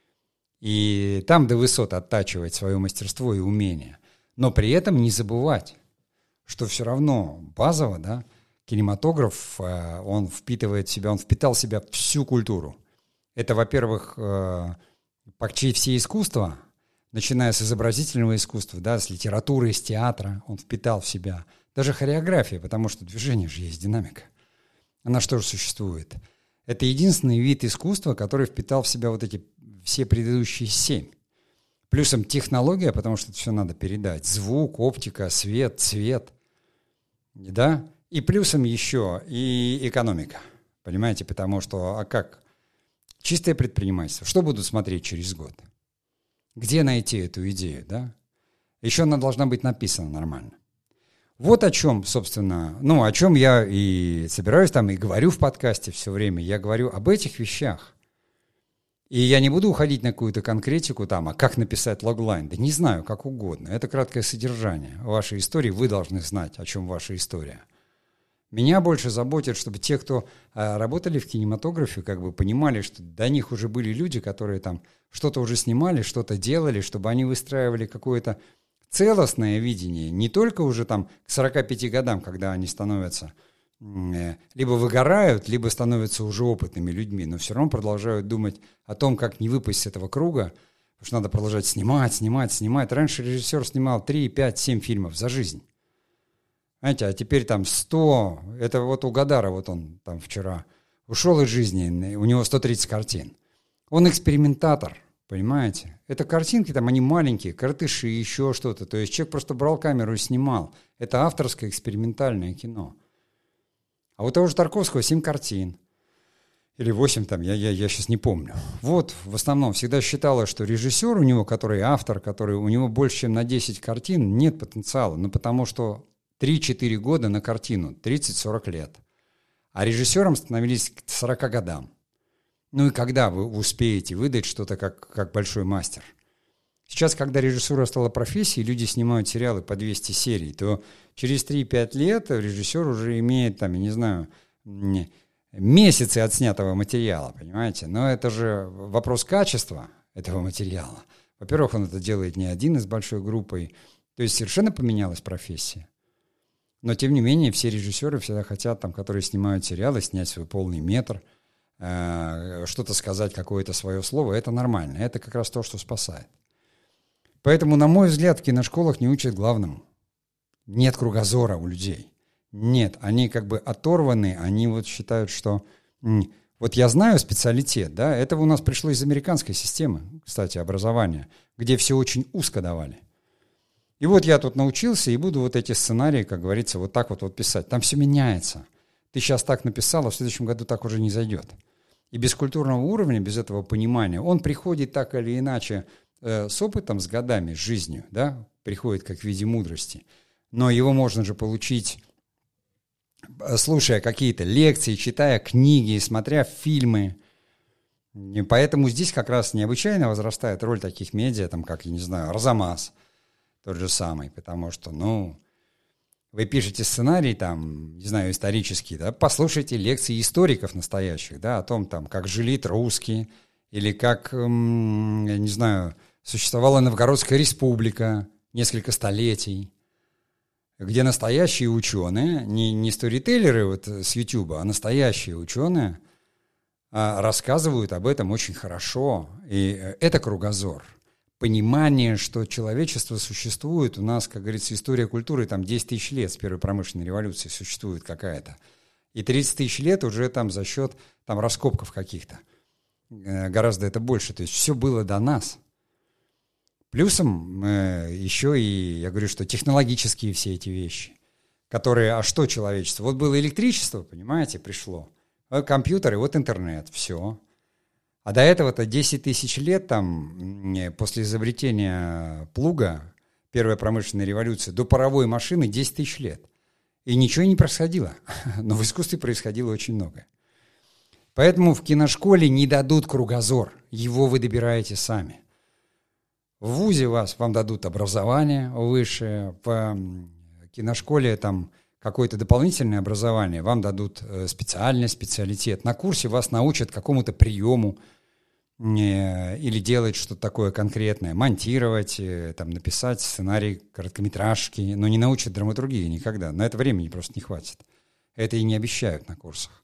A: И там до высот оттачивать свое мастерство и умение. Но при этом не забывать, что все равно базово, да, кинематограф, он впитывает в себя, он впитал в себя всю культуру. Это, во-первых, почти все искусства, начиная с изобразительного искусства, да, с литературы, с театра, он впитал в себя. Даже хореография, потому что движение же есть, динамика. Она что же существует? Это единственный вид искусства, который впитал в себя вот эти все предыдущие семь. Плюсом технология, потому что это все надо передать. Звук, оптика, свет, цвет. Да? И плюсом еще и экономика. Понимаете? Потому что, а как? Чистое предпринимательство. Что будут смотреть через год? Где найти эту идею? Да? Еще она должна быть написана нормально. Вот о чем, собственно, ну, о чем я и собираюсь там, и говорю в подкасте все время. Я говорю об этих вещах. И я не буду уходить на какую-то конкретику там, а как написать логлайн. Да не знаю, как угодно. Это краткое содержание вашей истории. Вы должны знать, о чем ваша история. Меня больше заботит, чтобы те, кто а, работали в кинематографе, как бы понимали, что до них уже были люди, которые там что-то уже снимали, что-то делали, чтобы они выстраивали какое-то целостное видение, не только уже там к сорока пяти годам, когда они становятся, э, либо выгорают, либо становятся уже опытными людьми, но все равно продолжают думать о том, как не выпасть с этого круга, потому что надо продолжать снимать, снимать, снимать. Раньше режиссер снимал три, пять, семь фильмов за жизнь. Знаете, а теперь там сто, это вот у Гадара, вот он там вчера ушел из жизни, у него сто тридцать картин. Он экспериментатор, понимаете? Это картинки, там они маленькие, картыши, еще что-то. То есть человек просто брал камеру и снимал. Это авторское экспериментальное кино. А у того же Тарковского семь картин. Или восемь там, я, я, я сейчас не помню. Вот, в основном, всегда считалось, что режиссер у него, который автор, который у него больше, чем на десять картин, нет потенциала. Ну, потому что три-четыре года на картину, тридцать-сорок лет. А режиссером становились к сорока годам. Ну и когда вы успеете выдать что-то как, как большой мастер? Сейчас, когда режиссура стала профессией, люди снимают сериалы по двести серий, то через три-пять лет режиссер уже имеет, там, я не знаю, месяцы отснятого материала, понимаете? Но это же вопрос качества этого материала. Во-первых, он это делает не один и с большой группой. То есть совершенно поменялась профессия. Но, тем не менее, все режиссеры всегда хотят, там, которые снимают сериалы, снять свой полный метр, э, что-то сказать, какое-то свое слово. Это нормально. Это как раз то, что спасает. Поэтому, на мой взгляд, в киношколах не учат главному. Нет кругозора у людей. Нет, они как бы оторваны, они вот считают, что... Вот я знаю специалитет, да, это у нас пришло из американской системы, кстати, образования, где все очень узко давали. И вот я тут научился и буду вот эти сценарии, как говорится, вот так вот, вот писать. Там все меняется. Ты сейчас так написал, а в следующем году так уже не зайдет. И без культурного уровня, без этого понимания, он приходит так или иначе э, с опытом, с годами, с жизнью, да, приходит как в виде мудрости. Но его можно же получить... слушая какие-то лекции, читая книги, смотря фильмы. И поэтому здесь как раз необычайно возрастает роль таких медиа, там, как, я не знаю, Арзамас, тот же самый, потому что, ну, вы пишете сценарий, там, не знаю, исторический, да, послушайте лекции историков настоящих, да, о том, там, как жили русские, или как, м, я не знаю, существовала Новгородская республика несколько столетий, где настоящие ученые, не, не сторителлеры вот с Ютуба, а настоящие ученые а, рассказывают об этом очень хорошо. И это кругозор. Понимание, что человечество существует. У нас, как говорится, история культуры, там десять тысяч лет с первой промышленной революции существует какая-то. И тридцать тысяч лет уже там за счет там, раскопков каких-то. Гораздо это больше. То есть все было до нас. Плюсом э, еще и, я говорю, что технологические все эти вещи, которые, а что человечество? Вот было электричество, понимаете, пришло, а компьютеры, вот интернет, все. А до этого-то десять тысяч лет, там, после изобретения плуга, первой промышленной революции, до паровой машины десять тысяч лет. И ничего не происходило, но в искусстве происходило очень многое. Поэтому в киношколе не дадут кругозор, его вы добираете сами. В вузе вас, вам дадут образование высшее, в киношколе там какое-то дополнительное образование, вам дадут специальный специалитет. На курсе вас научат какому-то приему э, или делать что-то такое конкретное, монтировать, э, там, написать сценарий короткометражки, но не научат драматургии никогда. На это времени просто не хватит. Это и не обещают на курсах.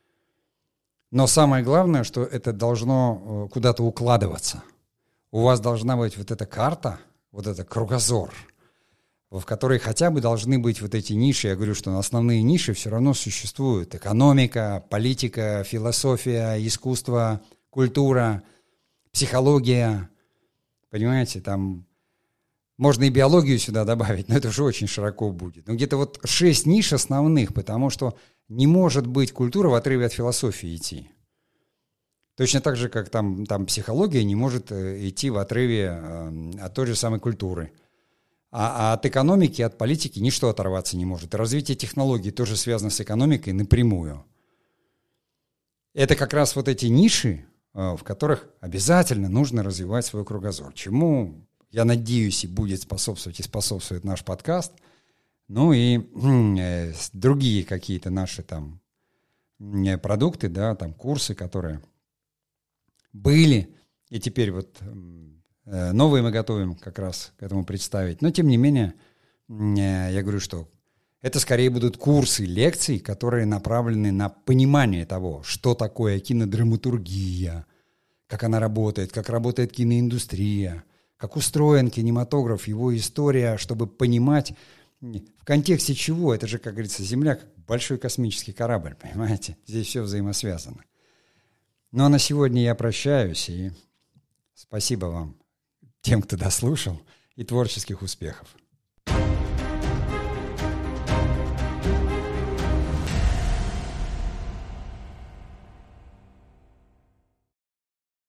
A: Но самое главное, что это должно куда-то укладываться. У вас должна быть вот эта карта, вот этот кругозор, в которой хотя бы должны быть вот эти ниши. Я говорю, что основные ниши все равно существуют. Экономика, политика, философия, искусство, культура, психология. Понимаете, там можно и биологию сюда добавить, но это уже очень широко будет. Но где-то вот шесть ниш основных, потому что не может быть культура в отрыве от философии идти. Точно так же, как там, там психология не может идти в отрыве э, от той же самой культуры. А, а от экономики, от политики ничто оторваться не может. И развитие технологий тоже связано с экономикой напрямую. Это как раз вот эти ниши, э, в которых обязательно нужно развивать свой кругозор. Чему, я надеюсь, и будет способствовать, и способствует наш подкаст. Ну и э, другие какие-то наши там э, продукты, да, там курсы, которые... были, и теперь вот э, новые мы готовим как раз к этому представить. Но, тем не менее, э, я говорю, что это скорее будут курсы, лекции, которые направлены на понимание того, что такое кинодраматургия, как она работает, как работает киноиндустрия, как устроен кинематограф, его история, чтобы понимать, в контексте чего? Это же, как говорится, Земля как большой космический корабль, понимаете? Здесь все взаимосвязано. Ну, а на сегодня я прощаюсь, и спасибо вам, тем, кто дослушал, и творческих успехов.